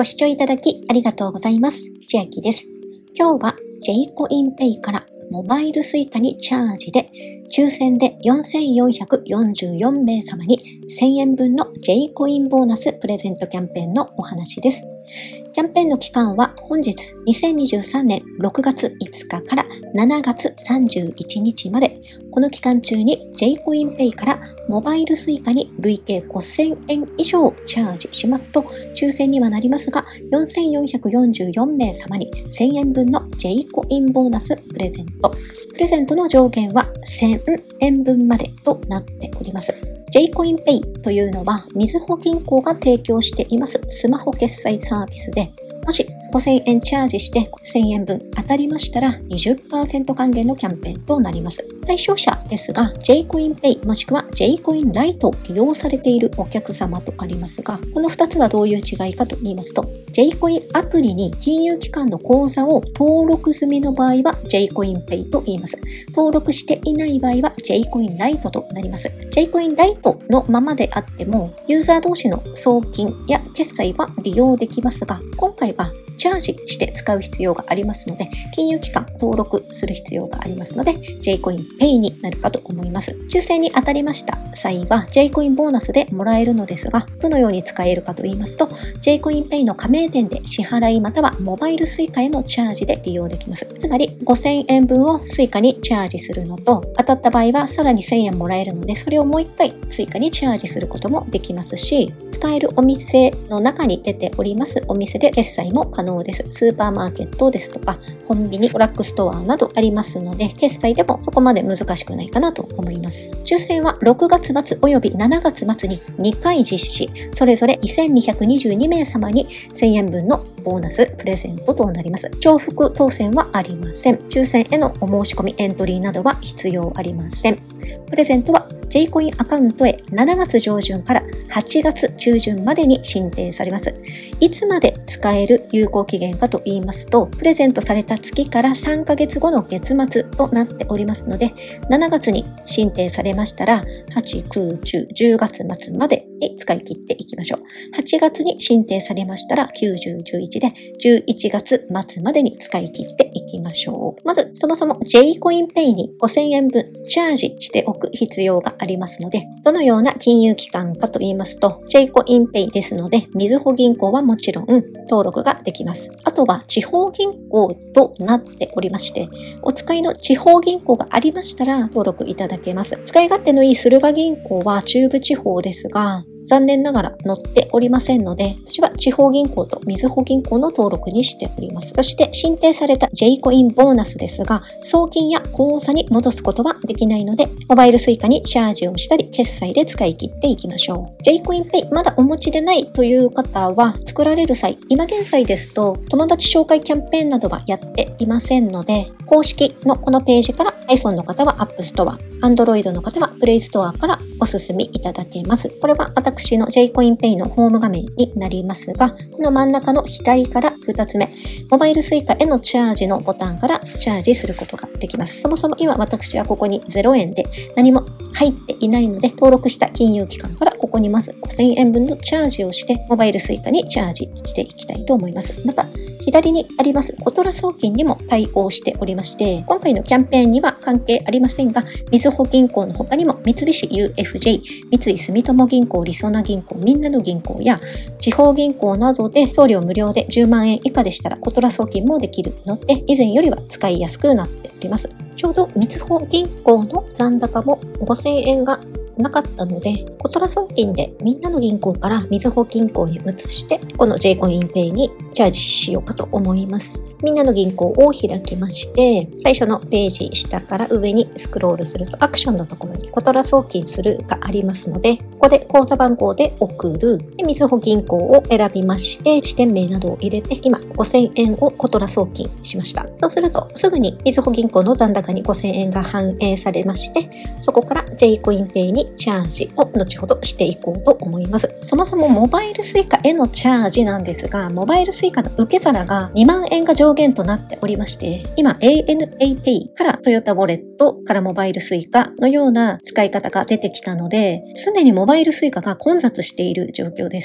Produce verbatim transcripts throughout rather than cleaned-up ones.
ご視聴いただきありがとうございます。千秋です。今日は J コインペイからモバイルスイカにチャージで抽選でよんせんよんひゃくよんじゅうよんめい様にせんえん分の J コインボーナスプレゼントキャンペーンのお話です。キャンペーンの期間は本日にせんにじゅうさんねんろくがついつかからしちがつさんじゅういちにちまで、この期間中に J コインペイからモバイルスイカに累計ごせんえん以上チャージしますと、抽選にはなりますがよんせんよんひゃくよんじゅうよんめい様にせんえん分の J コインボーナスプレゼント。プレゼントの上限はせんえんぶんまでとなっております。J コインペイというのは、みずほ銀行が提供していますスマホ決済サービスで、もしごせんえんチャージしてせんえんぶん当たりましたら にじゅっパーセント 還元のキャンペーンとなります。対象者ですが J コインペイもしくは J コインライトを利用されているお客様とありますが、このふたつはどういう違いかと言いますと、 J コインアプリに金融機関の口座を登録済みの場合は J コインペイと言います。登録していない場合は J コインライトとなります。 J コインライトのままであってもユーザー同士の送金や決済は利用できますが、今回はチャージして使う必要がありますので、金融機関登録する必要がありますので J コインペイになるかと思います。抽選に当たりました際は J コインボーナスでもらえるのですが、どのように使えるかと言いますと、 J コインペイの加盟店で支払いまたはモバイルスイカへのチャージで利用できます。つまりごせんえんぶんをスイカにチャージするのと、当たった場合はさらにせんえんもらえるので、それをもう一回スイカにチャージすることもできますし、使えるお店の中に出ておりますお店で決済も可能です。スーパーマーケットですとかコンビニ、ドラッグストアなどありますので、決済でもそこまで難しくないかなと思います。抽選はろくがつまつおよびしちがつまつににかい実施、それぞれせんにひゃくにじゅうにめい様にせんえんぶんのボーナスプレゼントとなります。重複当選はありません。抽選へのお申し込みエントリーなどは必要ありません。プレゼントは J コインアカウントへしちがつじょうじゅんからはちがつちゅうじゅんまでに申請されます。いつまで使える有効期限かと言いますと、プレゼントされた月からさんかげつごの月末となっておりますので、しちがつに申請されましたらはち、く、じゅう、じゅうがつまつまでに使い切っていきましょう。はちがつに申請されましたらきゅう、じゅう、じゅういちでじゅういちがつまつまでに使い切っていきましょう。まずそもそも J コインペイにごせんえんぶんチャージしておく必要がありますので、どのような金融機関かと言いますと J コインペイですので、みずほ銀行はもちろん登録ができます。あとは地方銀行となっておりまして、お使いの地方銀行がありましたら登録いただけます。使い勝手のいい駿河銀行は中部地方ですが、残念ながら載っておりませんので、私は地方銀行とみずほ銀行の登録にしております。そして申請された J コインボーナスですが、送金や口座に戻すことはできないので、モバイルスイカにチャージをしたり決済で使い切っていきましょう。J コインペイまだお持ちでないという方は、作られる際、今現在ですと友達紹介キャンペーンなどはやっていませんので、公式のこのページから iPhone の方は App Store、Android の方は Play Store からお進みいただけます。これは私の J コインペイのホーム画面になりますが、この真ん中の左からふたつめ、モバイルスイカへのチャージのボタンからチャージすることができます。そもそも今私はここにゼロえんで何も入っていないので、登録した金融機関からここにまずごせんえんぶんのチャージをして、モバイルスイカにチャージしていきたいと思います。また左にありますコトラ送金にも対応しておりまして、今回のキャンペーンには関係ありませんが、みずほ銀行の他にも三菱 ユーエフジェー、三井住友銀行、りそな銀行、みんなの銀行や地方銀行などで送料無料でじゅうまんえん以下でしたらコトラ送金もできるので、以前よりは使いやすくなっております。ちょうどみずほ銀行の残高もごせんえんがなかったので、コトラ送金でみんなの銀行からみずほ銀行に移して、この J コインペイにチャージしようかと思います。みんなの銀行を開きまして、最初のページ下から上にスクロールするとアクションのところにコトラ送金するがありますので、ここで口座番号で送る、でみずほ銀行を選びまして、支店名などを入れて、今ごせんえんをコトラ送金しました。そうするとすぐにみずほ銀行の残高にごせんえんが反映されまして、そこから J コインペイにチャージを後ほどしていこうと思います。そもそもモバイルスイカへのチャージなんですが、モバイルスイカの受け皿がにまんえんが上限となっておりまして、今 エーエヌエー ペイからトヨタウォレットからモバイルスイカのような使い方が出てきたので、常にモバイルスイカが混雑している状況です。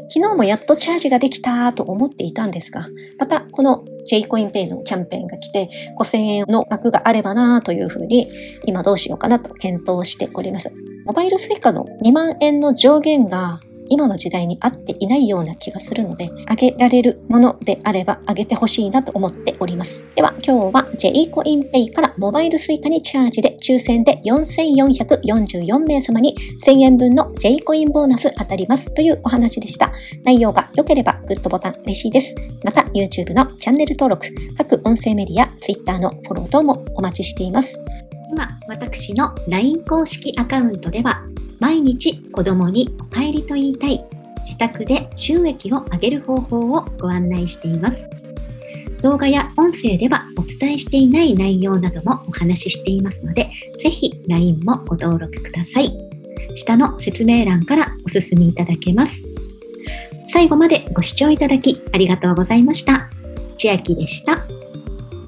昨日もやっとチャージができたと思っていたんですが、またこの J コインペイのキャンペーンが来てごせんえんの額があればなというふうに今どうしようかなと検討しております。モバイルスイカのにまんえんの上限が今の時代に合っていないような気がするので、上げられるものであれば上げてほしいなと思っております。では今日は J コインペイからモバイルスイカにチャージで抽選でよんせんよんひゃくよんじゅうよんめいさまにせんえんぶんの J コインボーナス当たりますというお話でした。内容が良ければグッドボタン嬉しいです。また YouTube のチャンネル登録、各音声メディア、Twitter のフォロー等もお待ちしています。今、私の ライン 公式アカウントでは毎日子供にお帰りと言いたい、自宅で収益を上げる方法をご案内しています。動画や音声ではお伝えしていない内容などもお話ししていますので、ぜひ ライン もご登録ください。下の説明欄からお進みいただけます。最後までご視聴いただきありがとうございました。千秋でした。